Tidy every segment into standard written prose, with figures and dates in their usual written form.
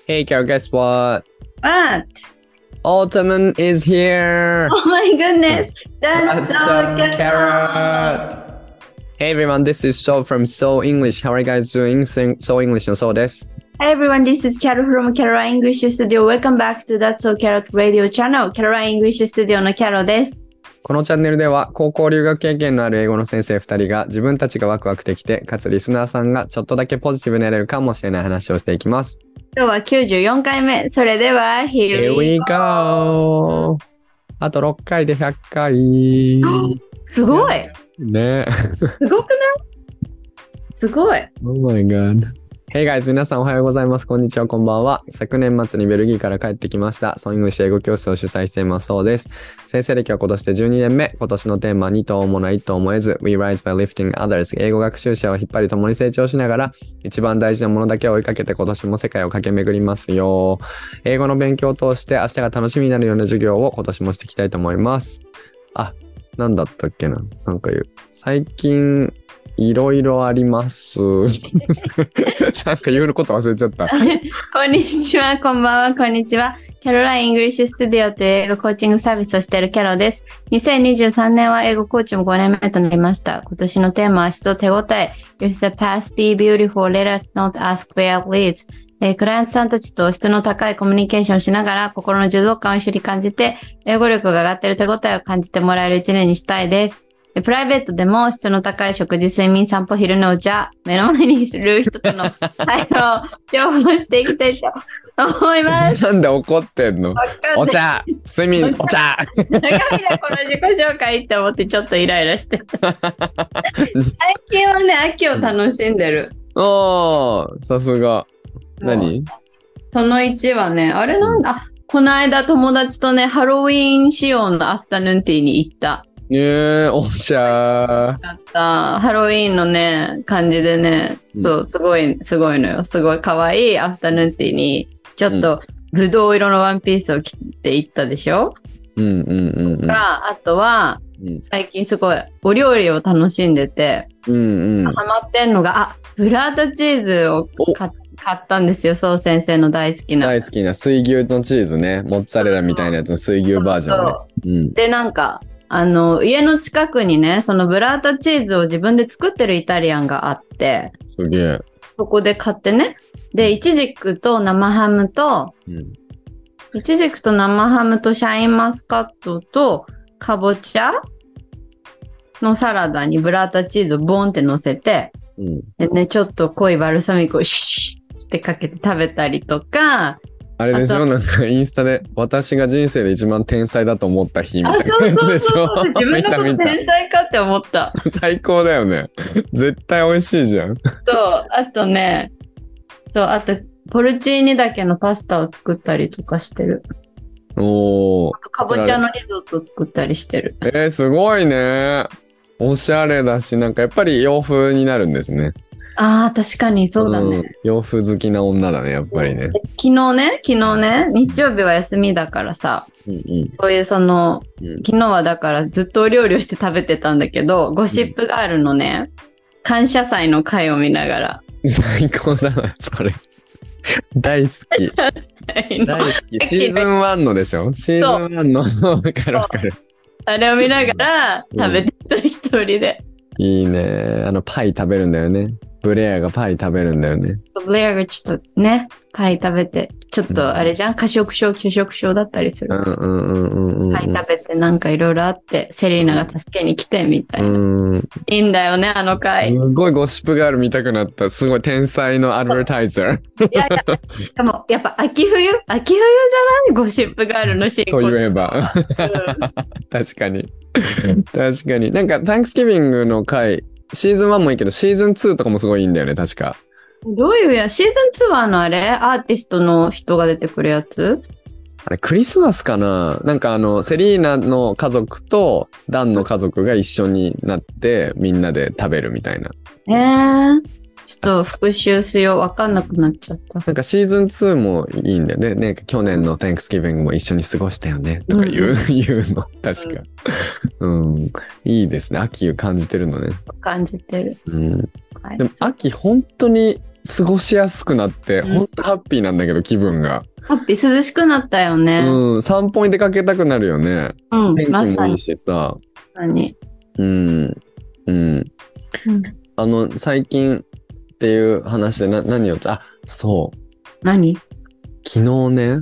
Hey, Carol, guess what? What? Autumn is here! Oh my goodness! That's so carrot! Hey everyone, this is So from So English. How are you guys doing? So English のそうです。 Hi everyone, this is Carol from Caroline English Studio. Welcome back to That's So Carrot Radio Channel. Caroline English Studio の Carol です。 このチャンネルでは高校留学経験のある英語の先生2人が自分たちがワクワクできて、かつリスナーさんがちょっとだけポジティブになれるかもしれない話をしていきます。 今日は94回目。それでは Here we go! あと6回で100回。 すごいね。 すごくないすごい。 Oh my god.Hey guys! 皆さんおはようございます。こんにちは、こんばんは。昨年末にベルギーから帰ってきました。ソン・イングリッシュ英語教室を主催していますそうです。先生歴は今年で12年目。今年のテーマ、2ともないと思えず、We rise by lifting others。英語学習者を引っ張り共に成長しながら、一番大事なものだけを追いかけて今年も世界を駆け巡りますよ。英語の勉強を通して明日が楽しみになるような授業を今年もしていきたいと思います。あ、なんだったっけな。なんか言う。最近、いろいろあります。なんか言うこと忘れちゃった。 こんにちは、こんばんは、こんにちは。キャロライン・イングリッシュ・スタジオという英語コーチングサービスをしているキャロです。2023年は英語コーチも5年目となりました。今年のテーマは質と手応え。If the past be beautiful, let us not ask where it leads。クライアントさんたちと質の高いコミュニケーションをしながら心の充足感を一緒に感じて、英語力が上がっている手応えを感じてもらえる一年にしたいです。プライベートでも質の高い食事、睡眠、散歩、昼のお茶、目の前にいる人との会話を重宝していきたいと思います。 なんで怒ってんの？お茶、睡眠、お茶。 長いな、この自己紹介って思ってちょっとイライラしてた。最近はね、秋を楽しんでる。 おー、さすが。何？ その1はね、あれなんだ、この間友達とね、ハロウィーン仕様のアフタヌーンティーに行った。 おしゃー。ハロウィーンのね、感じでね、そう、すごいのよ。すごい可愛いアフタヌーンティーに、ちょっと、ぶどう色のワンピースを着て行ったでしょ？あとは、最近すごいお料理を楽しんでて、ハマってんのが、ブラータチーズを買ったんですよ。そう先生の大好きな水牛のチーズね。モッツァレラみたいなやつの水牛バージョンね。 で、なんか、家の近くにね、そのブラータチーズを自分で作ってるイタリアンがあって、 すげえ。 そこで買ってね。で、イチジクと生ハムと、イチジクと生ハムとシャインマスカットとかぼちゃのサラダにブラータチーズをボンって乗せて、でね、ちょっと濃いバルサミコをシュッってかけて食べたりとか、 あれでしょ、なんかインスタで私が人生で一番天才だと思った日みたいなやつでしょ。 自分のこと天才かって思った。 最高だよね。絶対美味しいじゃん。 そう、あとね、あとポルチーニだけのパスタを作ったりとかしてる。 おー。 あとかぼちゃのリゾット作ったりしてる。 すごいね。おしゃれだし、なんかやっぱり洋風になるんですね。 ああ、確かにそうだね。 洋風好きな女だね、やっぱりね。 昨日ね、日曜日は休みだからさ、そういう昨日はだからずっとお料理をして食べてたんだけど、ゴシップガールのね、感謝祭の回を見ながら。 最高だな、それ。大好き。大好き。シーズン1のでしょ？シーズン1の、わかるわかる。 あれを見ながら食べてた一人で。 いいね。パイ食べるんだよね。ブレアがパイ食べるんだよね。 ブレアがちょっとね、パイ食べて、ちょっとあれじゃん、過食症、拒食症だったりする。パイ食べてなんかいろいろあって、セリーナが助けに来てみたいな。いいんだよね、あの回。 すごいゴシップガール見たくなった。すごい天才のアドバタイザー。 いや、しかもやっぱ秋冬じゃないゴシップガールのシーン。 と言えば。確かに。確かに。なんか、Thanksgiving の回、シーズン1もいいけど、シーズン2とかもすごいいいんだよね、確か。 どういうシーズン2はあれアーティストの人が出てくるやつ？ あれ、クリスマスかな？なんかセリーナの家族とダンの家族が一緒になって、みんなで食べるみたいな。 ちょっと復習しよう。わかんなくなっちゃった。 なんかシーズン2もいいんだよね。なんか去年の Thanksgiving も一緒に過ごしたよね。とか言うの。確か。いいですね。秋を感じてるのね。 感じてる。 でも秋本当に過ごしやすくなって、ほんとハッピーなんだけど、気分が。 ハッピー涼しくなったよね。 散歩に出かけたくなるよね。天気もいいしさ。 まさに。 最近っていう話で何を、そう。 何？ 昨日ね、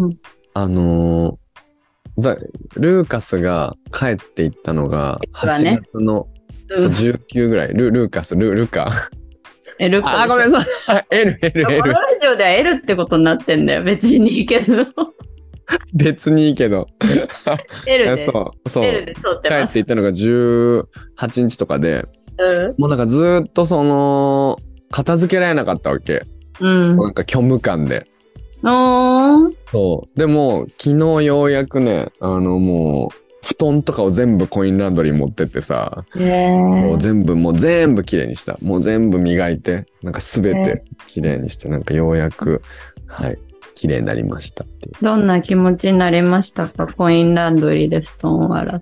ルーカスが帰っていったのが8月の、19ぐらい。ルカ。ルカ。ごめんなさい。L。 このラジオでは L ってことになってんだよ。別にいいけど。 別にいいけど。 L で。 そう。 L で通って帰ます。 っていったのが18日とかで、もうなんかずっと片付けられなかったわけ。なんか虚無感で。そう。でも、昨日ようやくね、もう、布団とかを全部コインランドリー持ってってさ、もう全部綺麗にした。もう全部磨いて、なんかすべて綺麗にして、なんかようやく、綺麗になりましたっていう。 どんな気持ちになりましたか？コインランドリーで布団を洗って。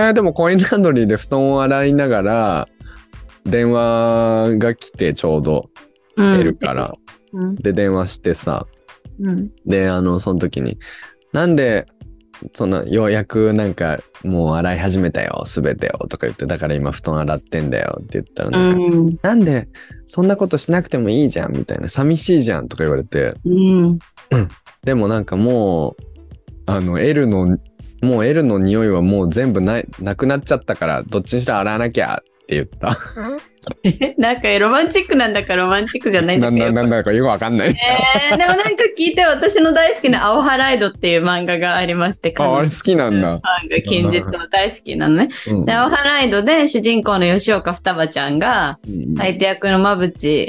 でもコインランドリーで布団を洗いながら、電話が来てちょうど、L から。で、電話してさ、で、その時に、なんで、ようやくなんか、もう洗い始めたよ、すべてよ、とか言って、だから今布団洗ってんだよって言ったら、なんで、そんなことしなくてもいいじゃん、みたいな、寂しいじゃん、とか言われて、でもなんかもう、L の匂いはもう全部なくなっちゃったから、どっちにしろ洗わなきゃって言った。 なんかロマンチックなんだかロマンチックじゃないんだかなんだかよくわかんない。 でもなんか聞いて、私の大好きなアオハライドっていう漫画がありまして、 あれ好きなんだ。 ファンが金字塔大好きなのね。で、アオハライドで主人公の吉岡双葉ちゃんが、相手役のまぶち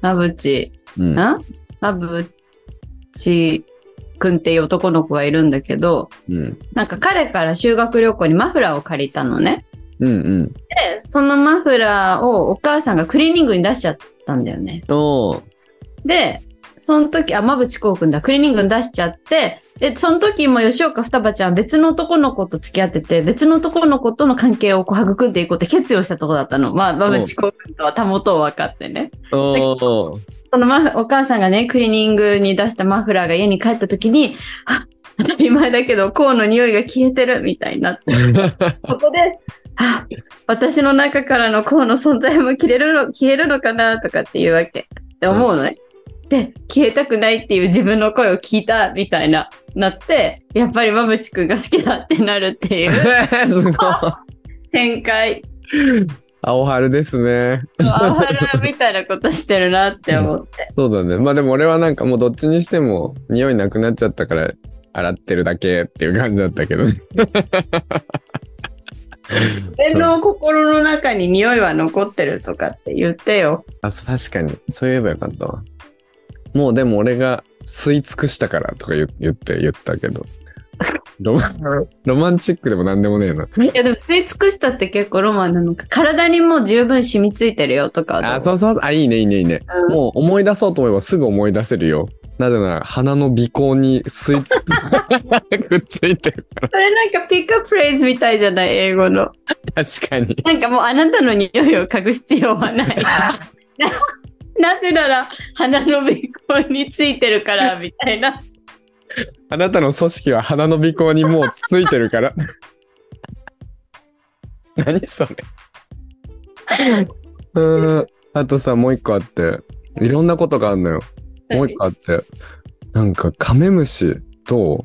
くんっていう男の子がいるんだけど、なんか彼から修学旅行にマフラーを借りたのね。で、そのマフラーをお母さんがクリーニングに出しちゃったんだよね。で、その時、馬淵こうくんだ、クリーニングに出しちゃって、で、その時も吉岡双葉ちゃん別の男の子と付き合ってて、別の男の子との関係を育んでいこうって決意をしたとこだったの。馬淵こうくんとはたもとを分かってね。そのお母さんがね、クリーニングに出したマフラーが家に帰った時に、当たり前だけど、コーンの匂いが消えてるみたいになって、そこで、私の中からのコーンの存在も消えるのかなとかっていうわけって思うのね。で、消えたくないっていう自分の声を聞いたみたいなって、やっぱり馬淵くんが好きだってなるっていうすごい展開。 青春ですね。 青春みたいなことしてるなって思って。 そうだね。まあでも俺はなんかもうどっちにしても匂いなくなっちゃったから洗ってるだけっていう感じだったけどね。 俺の心の中に匂いは残ってるとかって言ってよ。 確かに。そう言えばよかったわ。もうでも俺が吸い尽くしたからとか言ったけど。ロマンチックでもなんでもねえな。 いやでも吸い尽くしたって結構ロマンなのか。体にもう十分染みついてるよとか。 そう。いいね。もう思い出そうと思えばすぐ思い出せるよ。なぜなら鼻の鼻孔に吸い付くっついてるから。 それなんかピックアップフレーズみたいじゃない、英語の。 確かに。 なんかもうあなたの匂いを嗅ぐ必要はない。なぜなら鼻の鼻孔についてるからみたいな。 あなたの組織は鼻の鼻孔にもうついてるから。何それ。あとさ、もう一個あって、いろんなことがあるのよ。もう一個あって、なんかカメムシと、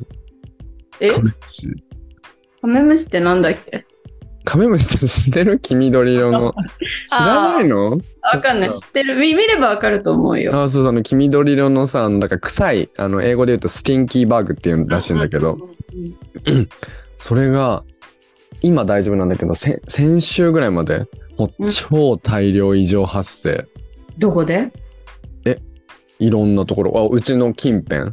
カメムシってなんだっけ？ カメムシって知ってる？黄緑色の。知らないの？ わかんない。知ってる。見ればわかると思うよ。 そう、黄緑色のさ、だから臭い、英語で言うとスティンキーバグっていうらしいんだけど、それが、今大丈夫なんだけど、先週ぐらいまで、もう超大量異常発生。 どこで？ いろんなところ、うちの近辺。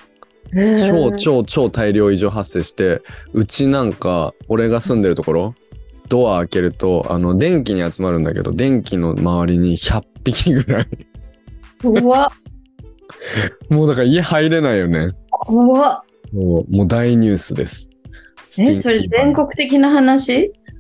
超大量異常発生して、うちなんか、俺が住んでるところ、ドア開けると、電気に集まるんだけど、電気の周りに100匹ぐらい。 怖っ。 もうだから家入れないよね。 怖っ。 もう大ニュースです。 それ全国的な話？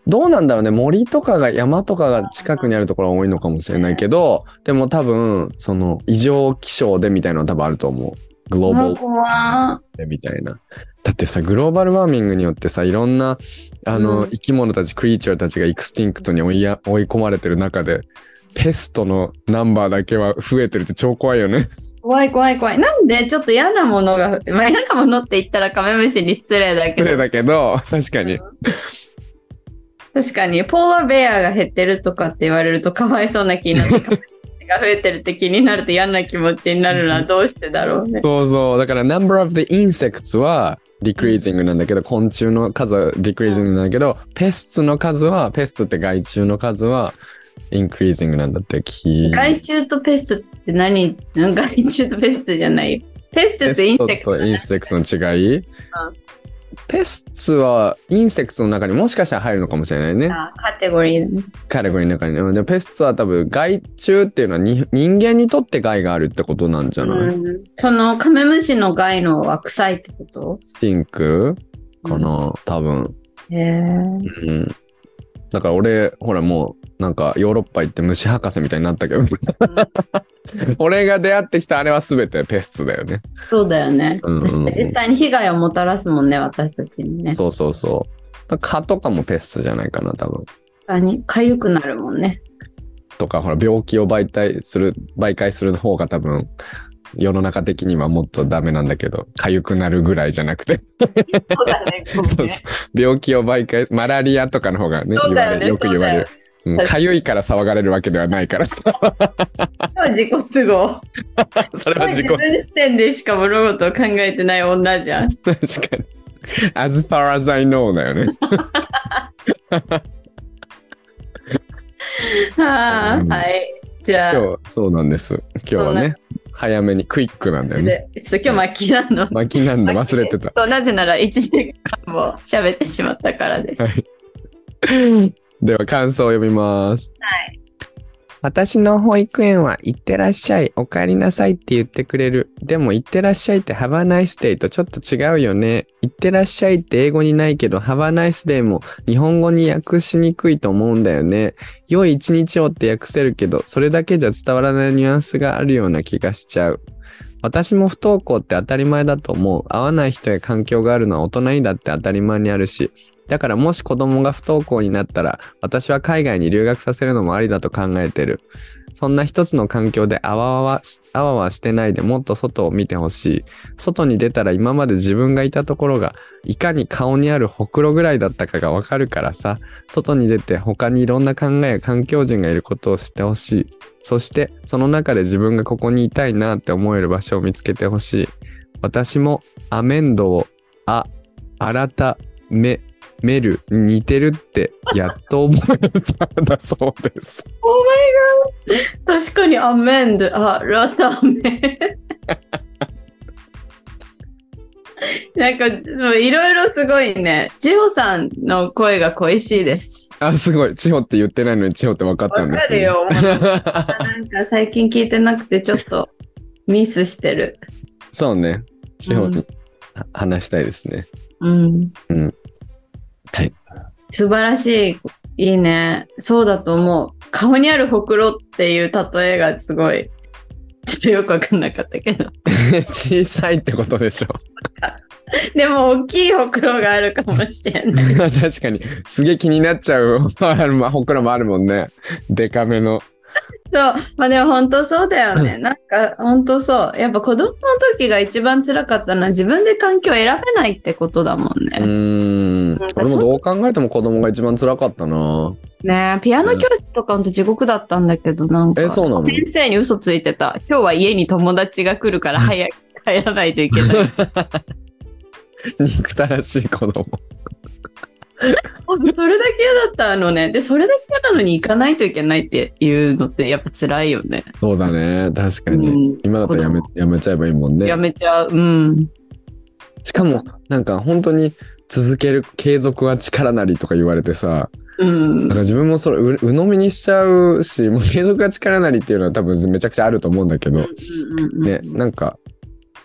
どうなんだろうね。森とかが山とかが近くにあるところが多いのかもしれないけど、でも多分その異常気象でみたいなのは多分あると思う。グローバル怖でみたいな。だってさ、グローバルワーミングによってさ、いろんな生き物たち、クリーチャーたちがエクスティンクトに追い込まれてる中で、ペストのナンバーだけは増えてるって超怖いよね。 怖い怖い怖い。なんでちょっと嫌なものが、まあ、嫌なものって言ったらカメムシに失礼だけど。 失礼だけど、確かに。 確かに、ポーラーベアが減ってるとかって言われるとかわいそうな気になって、カメムシが増えてるって気になると嫌な気持ちになるのはどうしてだろうね。 そうそう。だから、number of the insects は decreasing なんだけど、昆虫の数は decreasing なんだけど、ペスツの数は、ペスツって害虫の数は increasing なんだって。 害虫とペストって何？害虫とペストじゃないよ。ペストとインセクト。 ペストとインセクトの違い、ペスツはインセクトの中にもしかしたら入るのかもしれないね。 カテゴリーだね。 カテゴリーの中にね。でペスツは多分害虫っていうのは人間にとって害があるってことなんじゃない？ そのカメムシの害のは臭いってこと？ スティンクかな、多分。 へえ。 だから俺、ほらもう、なんかヨーロッパ行って虫博士みたいになったけど、俺が出会ってきたあれは全てペスツだよね。 そうだよね。実際に被害をもたらすもんね、私たちにね。 そうそうそう。蚊とかもペスツじゃないかな、多分。 痒くなるもんね。 とか、ほら、病気を媒介する方が多分、世の中的にはもっとダメなんだけど、痒くなるぐらいじゃなくて。 そうだね。 そうそう。病気を媒介、マラリアとかの方がね、よく言われる。痒いから騒がれるわけではないから。 自己都合。 それは自己都合。 自分視点でしか物事を考えてない女じゃん。 確かに。as far as I know だよね。 はい。じゃあ。 今日、そうなんです。今日はね、早めにクイックなんだよね。 今日巻きなの。 巻きなんだ、忘れてた。 なぜなら1時間も喋ってしまったからです。 はい。では感想を読みます。 はい。 私の保育園は行ってらっしゃい、お帰りなさいって言ってくれる。でも行ってらっしゃいって Have a nice day とちょっと違うよね。行ってらっしゃいって英語にないけど Have a nice day も日本語に訳しにくいと思うんだよね。良い一日をって訳せるけど、それだけじゃ伝わらないニュアンスがあるような気がしちゃう。私も不登校って当たり前だと思う。合わない人や環境があるのは大人にだって当たり前にあるし。だからもし子供が不登校になったら、私は海外に留学させるのもありだと考えてる。そんな一つの環境であわわしてないでもっと外を見てほしい。外に出たら今まで自分がいたところがいかに顔にあるほくろぐらいだったかがわかるからさ。外に出て他にいろんな考えや環境人がいることを知ってほしい。そしてその中で自分がここにいたいなって思える場所を見つけてほしい。私もアメンドをめる似てるってやっと思えたんだそうです。 Oh my god。確かにアメンド、ラタメ。なんかいろいろすごいね。千穂さんの声が恋しいです。 すごい。千穂って言ってないのに千穂って分かったんですね。 分かるよ。なんか最近聞いてなくてちょっとミスしてる。 そうね。千穂に話したいですね。 うん。 はい。 素晴らしい。いいね。そうだと思う。顔にあるほくろっていう例えがすごい、ちょっとよくわかんなかったけど。 小さいってことでしょ。 でも大きいほくろがあるかもしれない。 確かに。すげえ気になっちゃうほくろもあるもんね。デカめの。 そう。まあでも本当そうだよね。なんか本当そう。やっぱ子供の時が一番辛かったのは自分で環境を選べないってことだもんね。 俺もどう考えても子供が一番辛かったな。 ねえ、ピアノ教室とかほんと地獄だったんだけど、なんか。 そうなの？ 先生に嘘ついてた。今日は家に友達が来るから早く帰らないといけない。 憎たらしい子供。 それだけ嫌だったのね。で、それだけ嫌なのに行かないといけないっていうのってやっぱ辛いよね。 そうだね。確かに。今だったらやめちゃえばいいもんね。 やめちゃう。 しかも、なんか本当に継続は力なりとか言われてさ、なんか自分もそれ鵜呑みにしちゃうし、もう継続が力なりっていうのは多分めちゃくちゃあると思うんだけど、ね、なんか、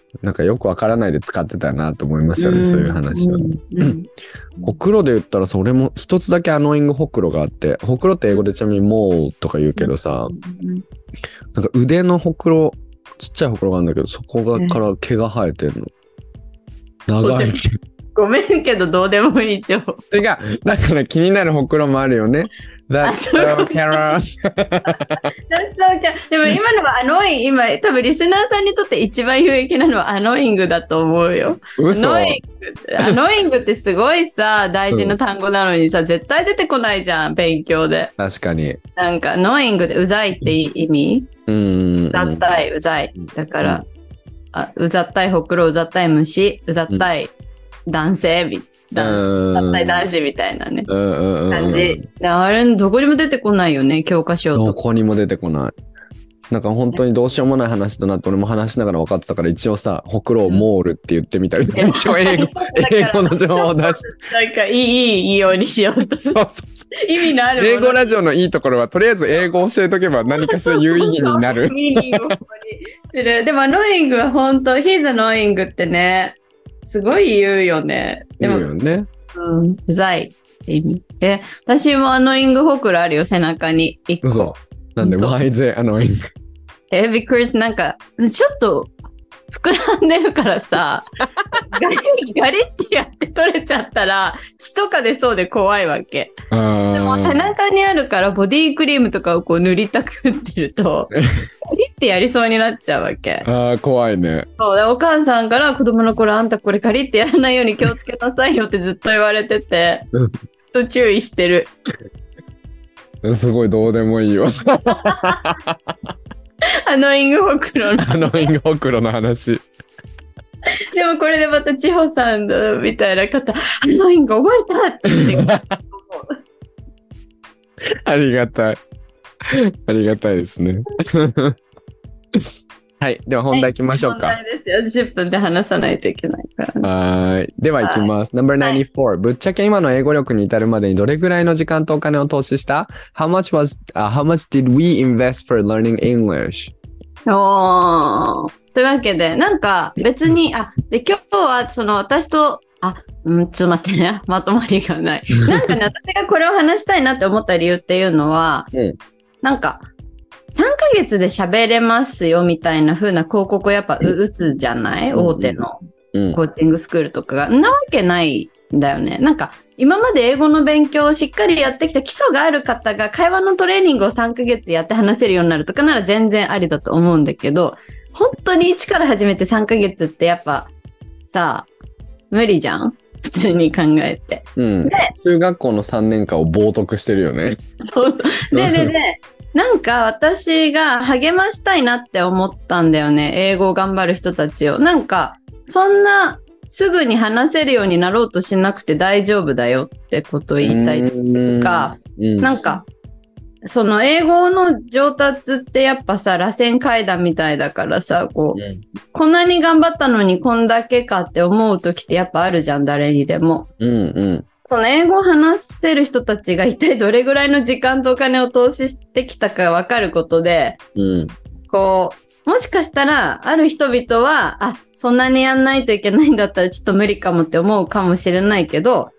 なんかよくわからないで使ってたなと思いますよね、そういう話は。ほくろで言ったらさ、俺も一つだけアノーイングほくろがあって、ほくろって英語でちなみにモーとか言うけどさ、なんか腕のほくろ、ちっちゃいほくろがあるんだけど、そこから毛が生えてんの。長い毛。 ごめんけどどうでもいい情報。 違う。だから気になるほくろもあるよね。That's so Carol. That's so Carol. でも今のはアノイング、今多分リスナーさんにとって一番有益なのはアノイングだと思うよ。 嘘。 アノイングってすごいさ、大事な単語なのにさ、絶対出てこないじゃん、勉強で。 確かに。 なんか、アノイングでうざいって意味？うざったい、うざい。だから、うざったいほくろ、うざったい虫、うざったい男性、うざったい男子みたいなね。感じ。あれ、どこにも出てこないよね、教科書と。 どこにも出てこない。なんか本当にどうしようもない話だなって俺も話しながら分かってたから、一応さ、ほくろをモールって言ってみたり、一応英語の情報を出して。なんかいいようにしようとして。そう意味のあるもの。 英語ラジオのいいところは、とりあえず英語を教えとけば何かしら有意義になる。 ミニをここにする。でも、アノイングは本当、He's annoying ってね、すごい言うよね。でも、 言うよね。 うざいって意味。私もアノイングほくろあるよ、背中に。 嘘。なんで、Why is it annoying? because なんか、ちょっと、膨らんでるからさ、ガリってやって取れちゃったら、血とか出そうで怖いわけ。でも背中にあるからボディークリームとかをこう塗りたくってると、ガリってやりそうになっちゃうわけ。 怖いね。 そうで、お母さんから子供の頃あんたこれガリってやらないように気をつけなさいよってずっと言われてて、ずっと注意してる。 すごいどうでもいいわ。 アノイングほくろの。 アノイングほくろの話。 でもこれでまた千穂さんみたいな方、アノイング覚えたって言って。 ありがたい。ありがたいですね。はい。では本題行きましょうか。 本題ですよ。10分で話さないといけないから、ね。 はい。では行きます。No.94、ぶっちゃけ今の英語力に至るまでにどれぐらいの時間とお金を投資した？ How much did we invest for learning English? というわけで、なんか別に、で今日はその私と、ちょっと待ってね。まとまりがない。なんかね、私がこれを話したいなって思った理由っていうのは、なんか、3ヶ月で喋れますよみたいな風な広告をやっぱ打つじゃない？大手のコーチングスクールとかが。なわけないんだよね。なんか今まで英語の勉強をしっかりやってきた基礎がある方が会話のトレーニングを3ヶ月やって話せるようになるとかなら全然ありだと思うんだけど、本当に一から始めて3ヶ月ってやっぱさ、無理じゃん？普通に考えて。 で、中学校の3年間を冒涜してるよね。 そうそう。で、なんか私が励ましたいなって思ったんだよね。英語を頑張る人たちを。なんか、そんなすぐに話せるようになろうとしなくて大丈夫だよってことを言いたいとか、なんか、その英語の上達ってやっぱさ、螺旋階段みたいだからさ、こんなに頑張ったのにこんだけかって思う時ってやっぱあるじゃん、誰にでも。その英語を話せる人たちが一体どれぐらいの時間とお金を投資してきたかわかることで、こう、もしかしたら、ある人々は、そんなにやんないといけないんだったらちょっと無理かもって思うかもしれないけど、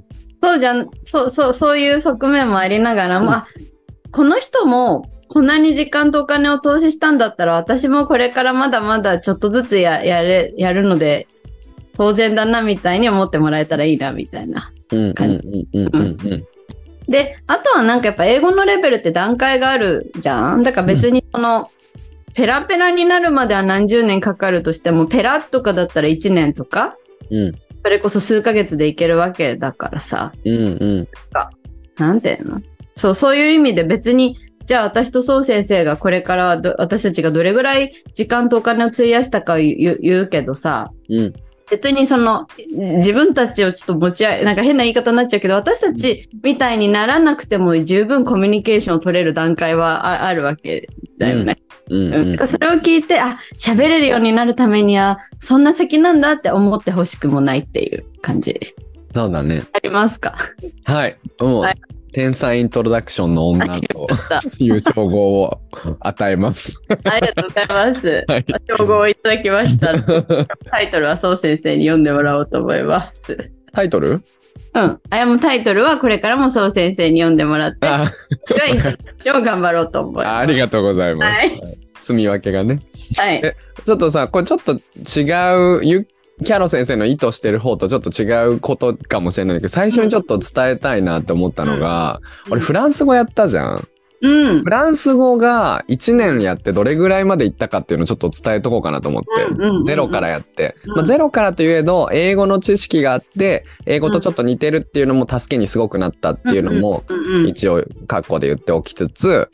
そういう側面もありながらも、この人もこんなに時間とお金を投資したんだったら、私もこれからまだまだちょっとずつやるので、当然だなみたいに思ってもらえたらいいなみたいな感じ。で、あとはなんかやっぱ英語のレベルって段階があるじゃん。だから別にペラペラになるまでは何十年かかるとしても、ペラとかだったら1年とか、それこそ数ヶ月でいけるわけだからさ。なんていうの？そういう意味で別に、じゃあ私とそう先生がこれから私たちがどれぐらい時間とお金を費やしたかを言うけどさ、別に自分たちをちょっとなんか変な言い方になっちゃうけど、私たちみたいにならなくても十分コミュニケーションを取れる段階はあるわけだよね。それを聞いて、喋れるようになるためには、そんな先なんだって思ってほしくもないっていう感じ。 そうだね。 ありますか？ はい。もう、 天才イントロダクションの女という称号を与えます。 ありがとうございます。 はい、 称号をいただきました。タイトルはそう先生に読んでもらおうと思います。 タイトル？ うん。もうタイトルはこれからもそう先生に読んでもらって、イントロダクションを頑張ろうと思います。 ありがとうございます。 はい。 住み分けがね。 はい。 ちょっとさ、これちょっと違う、キャロ先生の意図してる方とちょっと違うことかもしれないけど、最初にちょっと伝えたいなって思ったのが、俺フランス語やったじゃん。 うん。 フランス語が1年やってどれぐらいまでいったかっていうのをちょっと伝えとこうかなと思って。ゼロからやって。ゼロからといえど、英語の知識があって、英語とちょっと似てるっていうのも助けにすごくなったっていうのも、一応、カッコで言っておきつつ、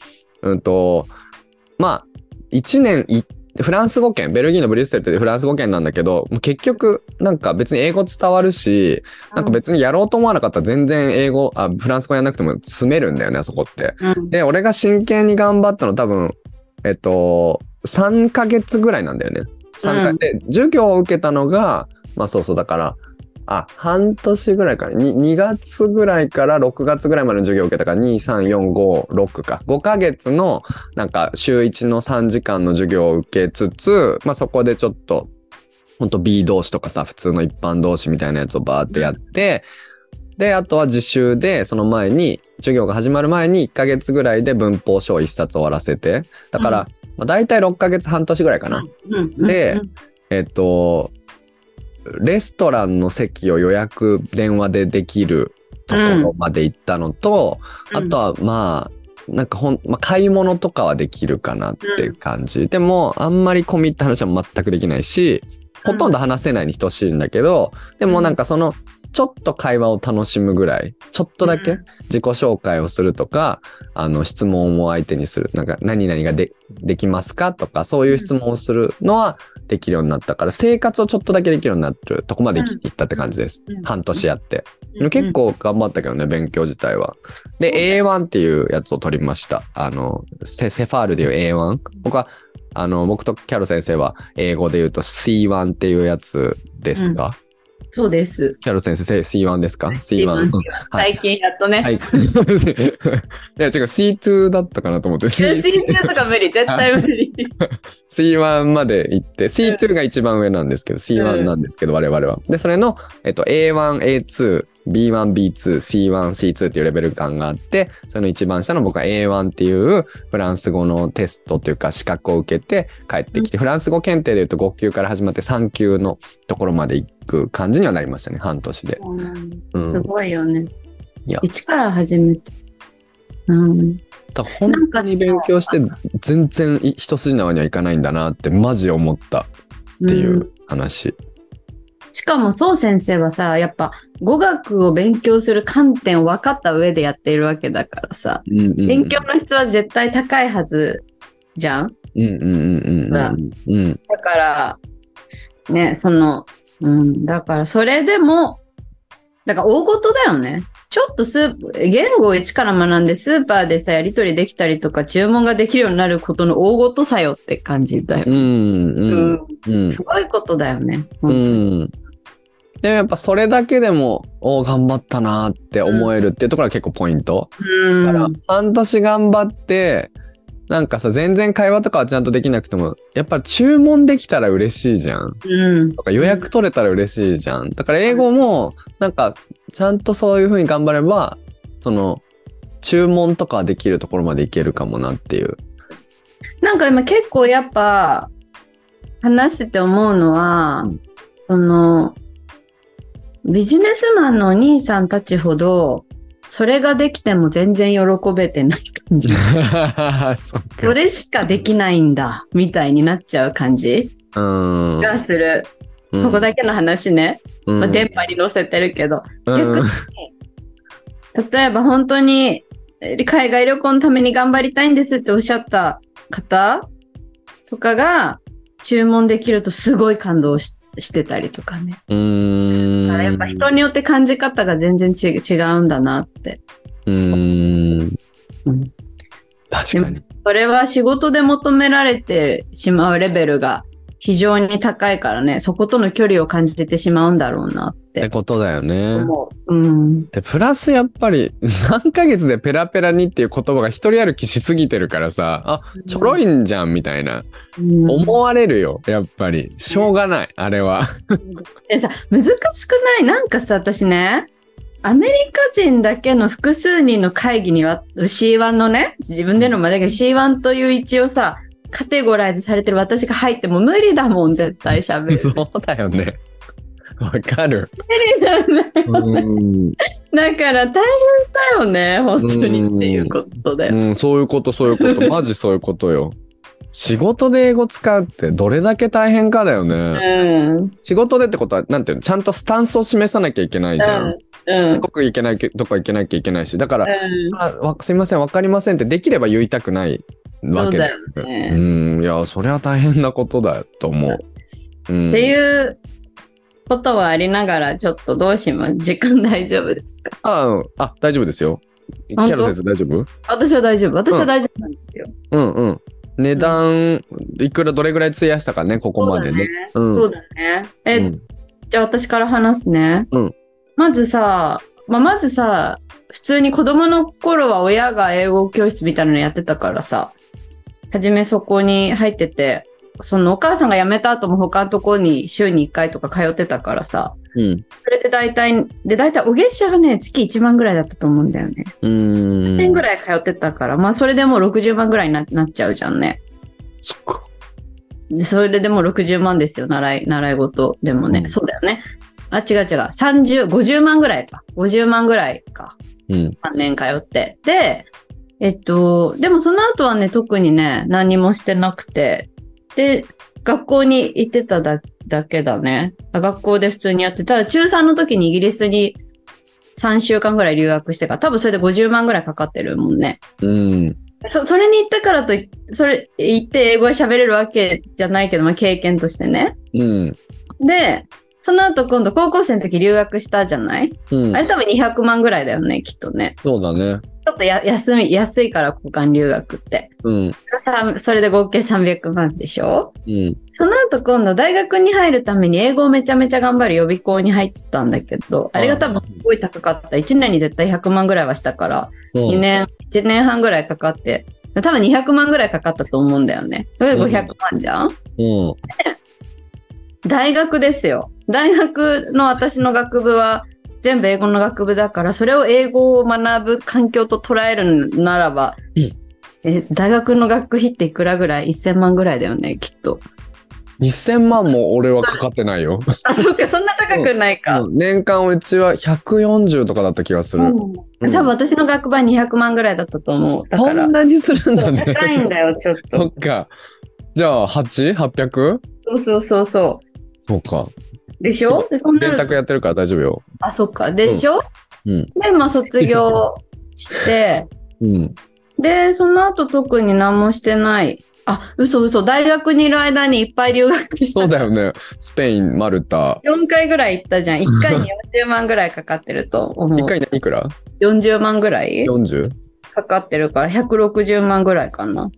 まあ、1年フランス語圏、ベルギーのブリュッセルってフランス語圏なんだけど、もう結局、なんか別に英語伝わるし、なんか別にやろうと思わなかったら全然フランス語やんなくても住めるんだよね、あそこって。で、俺が真剣に頑張ったの多分、3ヶ月ぐらいなんだよね。3ヶ月で、授業を受けたのが、まあそう、だから、半年ぐらいから、2月ぐらいから6月ぐらいまでの授業を受けたから、2、3、4、5、6か。5ヶ月の、なんか、週1の3時間の授業を受けつつ、まあそこでちょっと、ほんと B 動詞とかさ、普通の一般動詞みたいなやつをバーってやって、で、あとは自習で、その前に、授業が始まる前に1ヶ月ぐらいで文法書を1冊終わらせて、だから、まあ大体6ヶ月半年ぐらいかな。で、レストランの席を予約電話でできるところまで行ったのと、あとはまあ、なんか買い物とかはできるかなっていう感じ。でも、あんまり込み入った話は全くできないし、ほとんど話せないに等しいんだけど、でもなんかちょっと会話を楽しむぐらい、ちょっとだけ自己紹介をするとか、質問を相手にする。なんか、何々ができますかとか、そういう質問をするのはできるようになったから、生活をちょっとだけできるようになってるとこまで行ったって感じです。半年やって。結構頑張ったけどね、勉強自体は。で、A1 っていうやつを取りました。セファールでいう A1。僕とキャロ先生は英語で言うと C1 っていうやつですか？ そうです。 キャロ先生、C1 ですか？ C1。 最近やっとね。 はい。いや、違う、C2 だったかなと思って。 C2 とか無理、絶対無理。 C1 まで行って、C2 が一番上なんですけど、C1 なんですけど、我々は。で、それの、A1、A2、B1、B2、C1、C2 っていうレベル感があって、その一番下の僕は A1 っていうフランス語のテストというか資格を受けて帰ってきて、フランス語検定で言うと5級から始まって3級のところまで行く感じにはなりましたね、半年で。 すごいよね。一から始めて。 本当に勉強して全然一筋縄にはいかないんだなってマジ思ったっていう話。 しかもそう先生はさ、やっぱ語学を勉強する観点を分かった上でやっているわけだからさ、勉強の質は絶対高いはずじゃん。だからね、だからそれでもだから大事だよね。ちょっと言語を一から学んでスーパーでさやり取りできたりとか注文ができるようになることの大事さよって感じだよ。すごいことだよね。 でもやっぱそれだけでも頑張ったなって思えるっていうところが結構ポイント。だから半年頑張ってなんかさ全然会話とかはちゃんとできなくてもやっぱり注文できたら嬉しいじゃん。とか予約取れたら嬉しいじゃん。だから英語もなんかちゃんとそういう風に頑張れば注文とかできるところまでいけるかもなっていう。 なんか今結構やっぱ話してて思うのは、ビジネスマンのお兄さんたちほどそれができても全然喜べてない感じ。それしかできないんだみたいになっちゃう感じがする。ここだけの話ね。電波に載せてるけど、逆に例えば本当に海外旅行のために頑張りたいんですっておっしゃった方とかが注文できるとすごい感動してたりとかね。だからやっぱ人によって感じ方が全然違うんだなって。 確かに。 それは仕事で求められてしまうレベルが非常に高いからね、そことの距離を感じてしまうんだろうなっってことだよね。 思う。うん。 で、プラスやっぱり3ヶ月でペラペラにっていう言葉が一人歩きしすぎてるからさ、あ、ちょろいんじゃんみたいな、思われるよ、やっぱり。しょうがない、あれは。 でさ、難しくない？なんかさ、私ね、アメリカ人だけの複数人の会議には C1 のね、自分でのまだけど C1 という一応さ、カテゴライズされてる私が入っても無理だもん、絶対喋る。 そうだよね。わかる。 無理なんだよね。だから大変だよね、本当にっていうことだよ。 うん、そういうこと、そういうこと。マジそういうことよ。仕事で英語使うってどれだけ大変かだよね。 うん。 仕事でってことは、なんていうの、ちゃんとスタンスを示さなきゃいけないじゃん。すごくいけないとこ行けなきゃいけないし、だから、すいません、わかりませんってできれば言いたくないわけだよね。いや、それは大変なことだと思う。 っていうことはありながら、ちょっとどうします？時間大丈夫ですか？ 大丈夫ですよ。キャロ先生大丈夫？ 私は大丈夫。私は大丈夫なんですよ。 値段、いくらどれぐらい費やしたかね、ここまでね。 そうだね。じゃあ私から話すね。まずさ、普通に子供の頃は親が英語教室みたいなのやってたからさ、はじめそこに入ってて、そのお母さんが辞めた後も他のところに週に1回とか通ってたからさ、それで大体お月謝がね、月1万ぐらいだったと思うんだよね。1年ぐらい通ってたから、まあそれでもう60万ぐらいになっちゃうじゃんね。 そっか。 それでもう60万ですよ、習い事でもね。そうだよね。違う。50万ぐらいか。50万ぐらいか。3年通って。で、でもその後はね、特にね、何もしてなくて、で、学校に行ってただけだね。学校で普通にやってただ、中3の時にイギリスに3週間ぐらい留学してから、多分それで50万ぐらいかかってるもんね。それに行ったからと、それ行って英語が喋れるわけじゃないけど、まあ経験としてね。で、その後今度高校生の時留学したじゃない？あれ多分200万ぐらいだよね、きっとね。 そうだね。 ちょっと安いから交換留学って。それで合計300万でしょ？その後今度大学に入るために英語をめちゃめちゃ頑張る予備校に入ったんだけど、あれが多分すごい高かった。1年に絶対100万ぐらいはしたから、1年半ぐらいかかって、多分200万ぐらいかかったと思うんだよね。それで500万じゃん？大学ですよ。大学の私の学部は全部英語の学部だから、それを英語を学ぶ環境と捉えるならば、大学の学費っていくらぐらい？ 1000 万ぐらいだよね、きっと。 1000万も俺はかかってないよ。 そっか、そんな高くないか。 年間うちは140とかだった気がする。 多分私の学部は200万ぐらいだったと思う。だからそんなにするんだね。 高いんだよ、ちょっと。 そっか。じゃあ、800？ そう。そうか。でしょ？で、そんな電卓やってるから大丈夫よ。 そっか。でしょ？で、まあ卒業して、で、その後特に何もしてない。嘘。大学にいる間にいっぱい留学した。 そうだよね。スペイン、マルタ。 4回ぐらい行ったじゃん。1回に40万ぐらいかかってると思う。 1回にいくら？ 40万ぐらい ?40？ かかってるから160万ぐらいかな。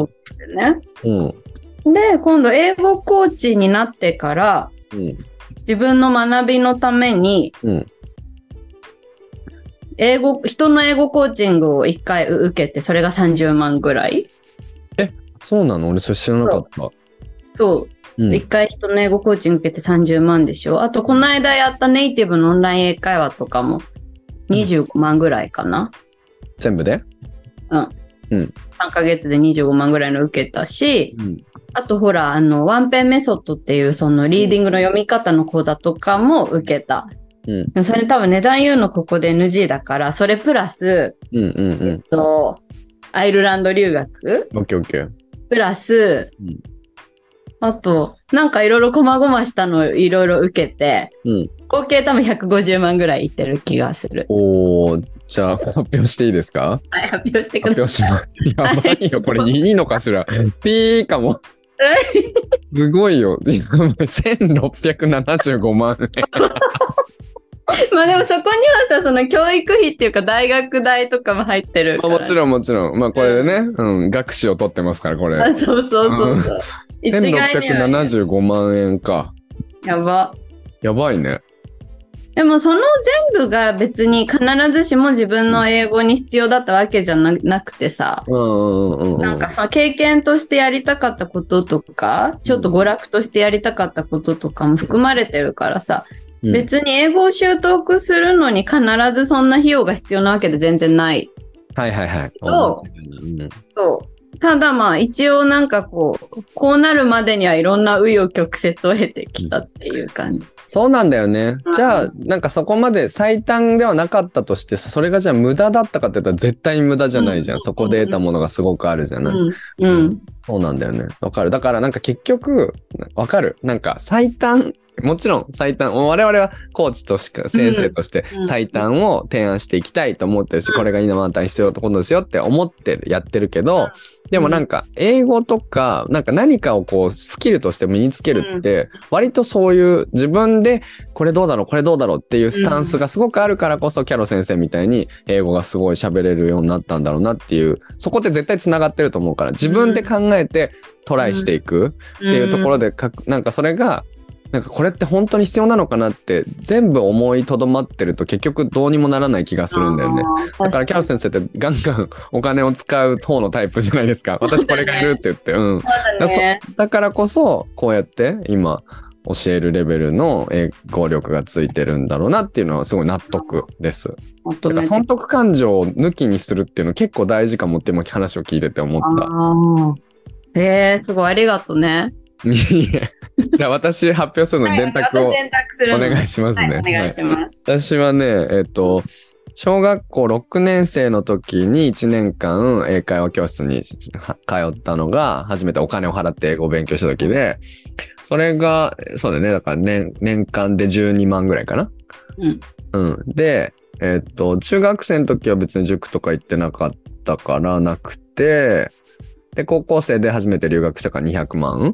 で、今度英語コーチになってから、自分の学びのために、人の英語コーチングを1回受けて、それが30万ぐらい。 そうなの？俺それ知らなかった。 そう。1回人の英語コーチング受けて30万でしょ。あと、この間やったネイティブのオンライン英会話とかも25万ぐらいかな。 全部で ？3ヶ月で25万ぐらいの受けたし、あとほら、ワンペンメソッドっていう、そのリーディングの読み方の講座とかも受けた。それ多分値段言うのここで NG だから、それプラス、アイルランド留学オッケー。 プラス、あと、なんかいろいろ細々したのいろいろ受けて、合計多分150万ぐらいいってる気がする。 じゃあ発表していいですか？ はい、発表してください。 発表します。やばいよ、これいいのかしら。ピーかも。すごいよ。1675万円。 まあでもそこにはさ、その教育費っていうか大学代とかも入ってるから。 もちろん。まあこれでね、学士を取ってますから、これ。 そう。 1675万円か。 やばいね。 でもその全部が別に必ずしも自分の英語に必要だったわけじゃなくてさ、なんかその経験としてやりたかったこととか、ちょっと娯楽としてやりたかったこととかも含まれてるからさ、別に英語を習得するのに必ずそんな費用が必要なわけで全然ない。 はいはいはい。 そう。ただまあ一応なんかこうなるまでにはいろんな紆余曲折を経てきたっていう感じ。 そうなんだよね。じゃあなんかそこまで最短ではなかったとしてそれがじゃあ無駄だったかって言ったら絶対に無駄じゃないじゃん。そこで得たものがすごくあるじゃない。そうなんだよね。わかる。だからなんか結局わかる。なんか最短もちろん最短、我々はコーチとしか先生として最短を提案していきたいと思ってるし、これが今また必要なことですよって思ってやってるけど、でもなんか英語とかなんか何かをこうスキルとして身につけるって割とそういう自分でこれどうだろうこれどうだろうっていうスタンスがすごくあるからこそキャロ先生みたいに英語がすごい喋れるようになったんだろうなっていう、そこって絶対つながってると思うから自分で考えてトライしていくっていうところでなんかそれがなんかこれって本当に必要なのかなって全部思いとどまってると結局どうにもならない気がするんだよね。だからキャロ先生ってガンガンお金を使う方のタイプじゃないですか。私これがいるって言って。だからこそこうやって今教えるレベルの英語力がついてるんだろうなっていうのはすごい納得です。だから損得感情を抜きにするっていうの結構大事かもって今話を聞いてて思った。 すごいありがとうね。 じゃあ私発表するのに電卓をお願いしますね。 お願いします。 私はね、小学校6年生の時に1年間英会話教室に通ったのが初めてお金を払って英語を勉強した時で、それが、そうだね、だから年間で12万ぐらいかな。で、中学生の時は別に塾とか行ってなかったからなくて、で、高校生で初めて留学したから200万。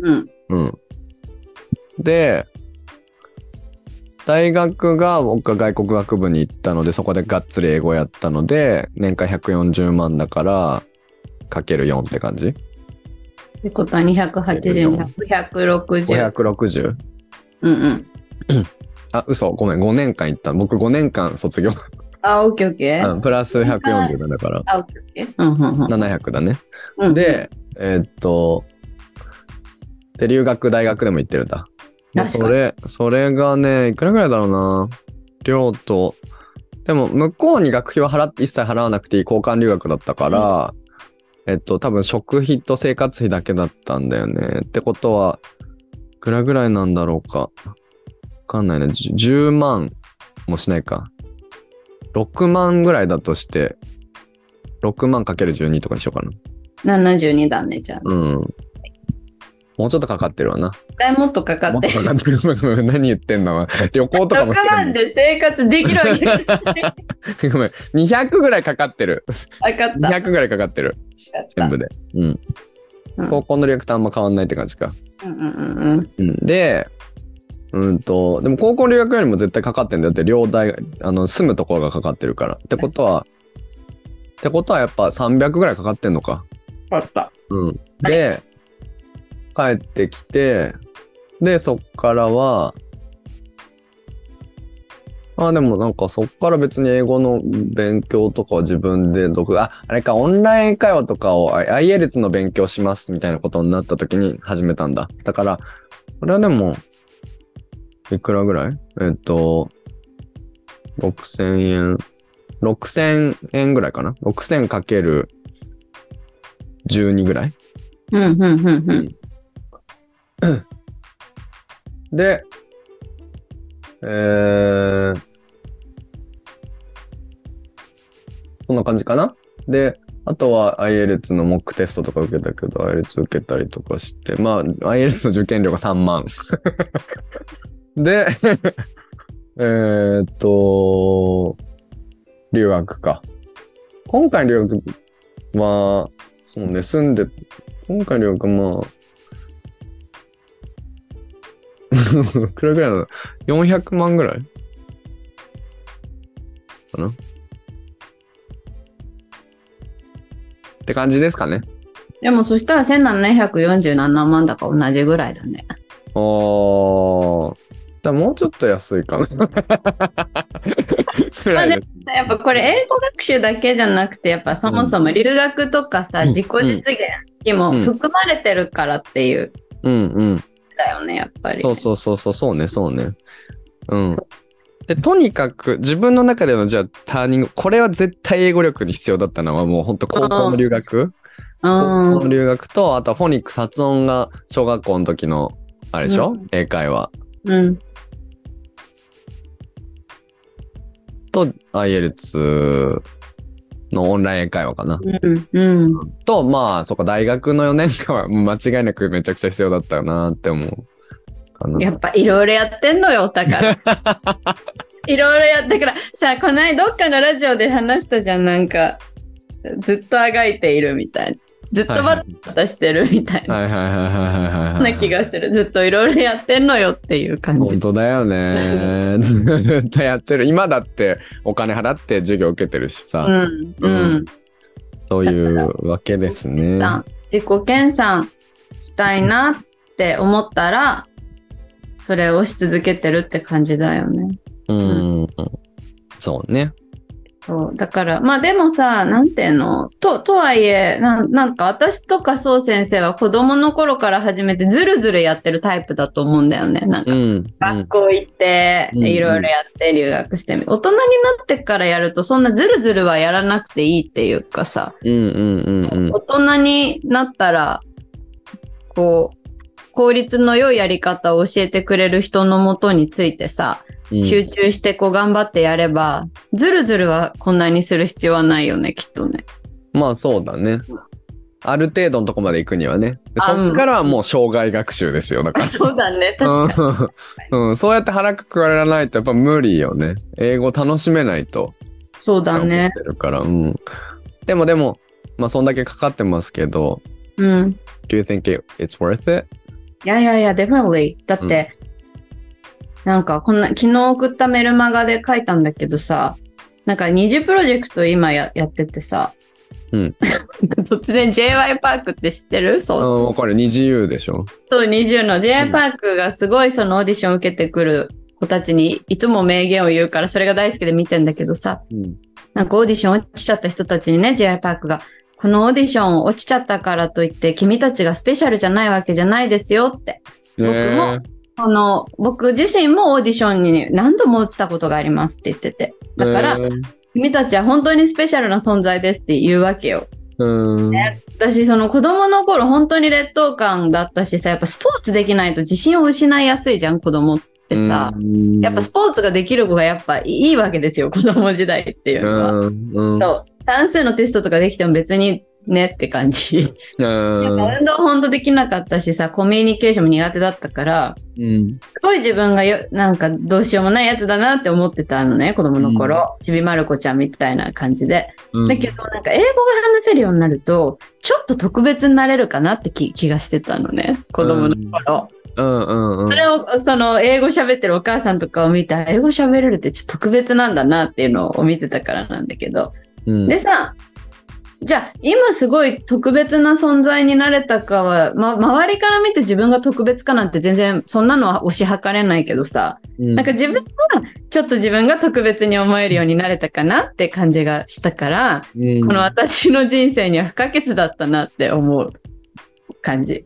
で、大学が僕が外国学部に行ったので、そこでがっつり英語やったので、年間140万だから、かける4って感じ。 ってことは280、160。 560? あ、嘘、ごめん、5年間行った。僕5年間卒業。 オッケーオッケー。 プラス140だから。 オッケーオッケー。 700だね。で、で、留学、大学でも行ってるんだ。それがね、いくらぐらいだろうな。寮と、でも向こうに学費は一切払わなくていい交換留学だったから、多分食費と生活費だけだったんだよね。ってことは、いくらぐらいなんだろうか。わかんないな。10万もしないか。6万ぐらいだとして、6万かける12とかにしようかな。72だね、じゃあ。 もうちょっとかかってるわな。 もっとかかってる。 何言ってんの旅行とかもしてる。 6万で生活できるわけごめん。200ぐらいかかってる。 分かった。 200ぐらいかかってる。全部で。高校の留学とあんま変わんないって感じか。で、でも高校留学よりも絶対かかってんだよって、住むところがかかってるから。ってことはやっぱ300ぐらいかかってんのか。 かかった。 で、帰ってきて、で、そっからは、でもなんかそっから別に英語の勉強とかは自分であれか、オンライン会話とかを IELTS の勉強しますみたいなことになった時に始めたんだ。だから、それはでも、いくらぐらい6000円ぐらいかな ?6000 かける12ぐらいで、そんな感じかな。で、あとは IELTS のモックテストとか受けたけど、IELTS 受けたりとかして、IELTS の受験料が3万。で、留学か。今回の留学は、そうね、今回の留学いくらぐらいなの ?400 万ぐらいかなって感じですかね。 でもそしたら1747万だから同じぐらいだね。 だだもうちょっと安いかな。くまらいであでもやっぱこれ英語学習だけじゃなくて、やっぱそもそも留学とかさ、 うん自己実現にも含まれてるからっていう、 うんうん。 だよね、やっぱり。 そうそうね。うんそ。 で、とにかく自分の中でのじゃあターニング、これは絶対英語力に必要だったのはもう本当高校の留学高校の留学と、あとはフォニックス発音が小学校の時の、あれでしょ、英会話。と、IELTS のオンライン英会話かな。と、まあ、そっか、大学の4年間は間違いなくめちゃくちゃ必要だったなって思うかな。 やっぱいろいろやってんのよ、だから。いろいろやってからさ、この間どっかのラジオで話したじゃん、なんか、ずっとあがいているみたいな。ずっとバタバタしてるみたいな。な気がする。ずっといろいろやってんのよっていう感じ。 本当だよね。ずっとやってる。今だってお金払って授業受けてるしさ。そういうわけですね。 自己研鑽したいなって思ったら、それをし続けてるって感じだよね。 そうね。 そうだからまあでもさ、なんていうのとはいえなんか私とかそう先生は子供の頃から始めてずるずるやってるタイプだと思うんだよね。なんか、学校行っていろいろやって留学して、大人になってからやるとそんなずるずるはやらなくていいっていうかさ、大人になったらこう効率の良いやり方を教えてくれる人のもとについてさ、集中してこう頑張ってやれば、ずるずるはこんなにする必要はないよね、きっとね。 まあそうだね。ある程度のとこまで行くにはね。そっからはもう生涯学習ですよ。だから。 そうだね、確かに。そうやって腹くくらないとやっぱ無理よね。英語楽しめないと。 そうだね。 るから、でも、まあそんだけかかってますけど。Do you think it's worth it? いや、definitely。だって、なんか昨日送ったメルマガで書いたんだけどさ、なんか二次プロジェクト今やっててさ、突然 J.Y. パークって知ってる？ わかる。二次 U でしょ。 そう、20の J.Y. パークがすごいそのオーディションを受けてくる子たちにいつも名言を言うからそれが大好きで見てんだけどさ、なんかオーディション落ちちゃった人たちにね、J.Y. パークがこのオーディション落ちちゃったからといって君たちがスペシャルじゃないわけじゃないですよって。僕自身もオーディションに何度も落ちたことがありますって言ってて。だから、君たちは本当にスペシャルな存在ですって言うわけよ。私、その子供の頃本当に劣等感だったしさ、やっぱスポーツできないと自信を失いやすいじゃん、子供ってさ。やっぱスポーツができる子がやっぱいいわけですよ、子供時代っていうのは。そう。算数のテストとかできても別にねって感じ。やっぱ運動ほんとできなかったしさ、コミュニケーションも苦手だったから、すごい自分がなんかどうしようもないやつだなって思ってたのね、子供の頃。ちびまる子ちゃんみたいな感じで。だけどなんか英語が話せるようになると、ちょっと特別になれるかなって気がしてたのね、子供の頃。それを、英語喋ってるお母さんとかを見て、英語喋れるってちょっと特別なんだなっていうのを見てたからなんだけど。でさ、じゃあ今すごい特別な存在になれたかは、周りから見て自分が特別かなんて全然そんなのは推し量れないけどさ、なんか自分はちょっと自分が特別に思えるようになれたかなって感じがしたから、この私の人生には不可欠だったなって思う感じ。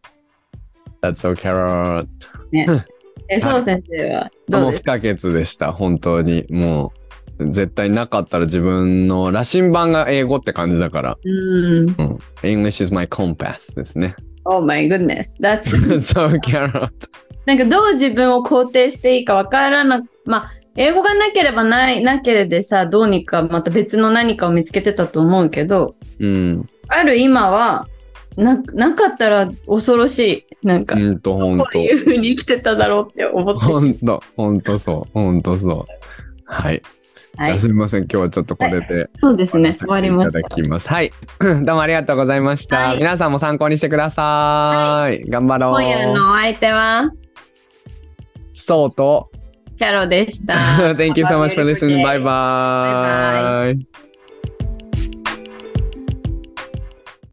That's so carrot. ね。そう先生はどうですか？ もう不可欠でした、本当に。もう。絶対なかったら自分の羅針盤が英語って感じだから。English is my compass ですね。 Oh my goodness. That's so carrot. なんかどう自分を肯定していいかわからなく、英語がなければなけれでさ、どうにかまた別の何かを見つけてたと思うけど、ある今はなかったら恐ろしい。なんか、どういう風に生きてただろうって思って本当そう。はい。すみません、今日はちょっとこれで、 そうですね、終わりました。 いただきます。はい。どうもありがとうございました。皆さんも参考にしてください。頑張ろう。 今夜のお相手は、 そうと、 キャロでした。 Thank you so much for listening. Bye bye.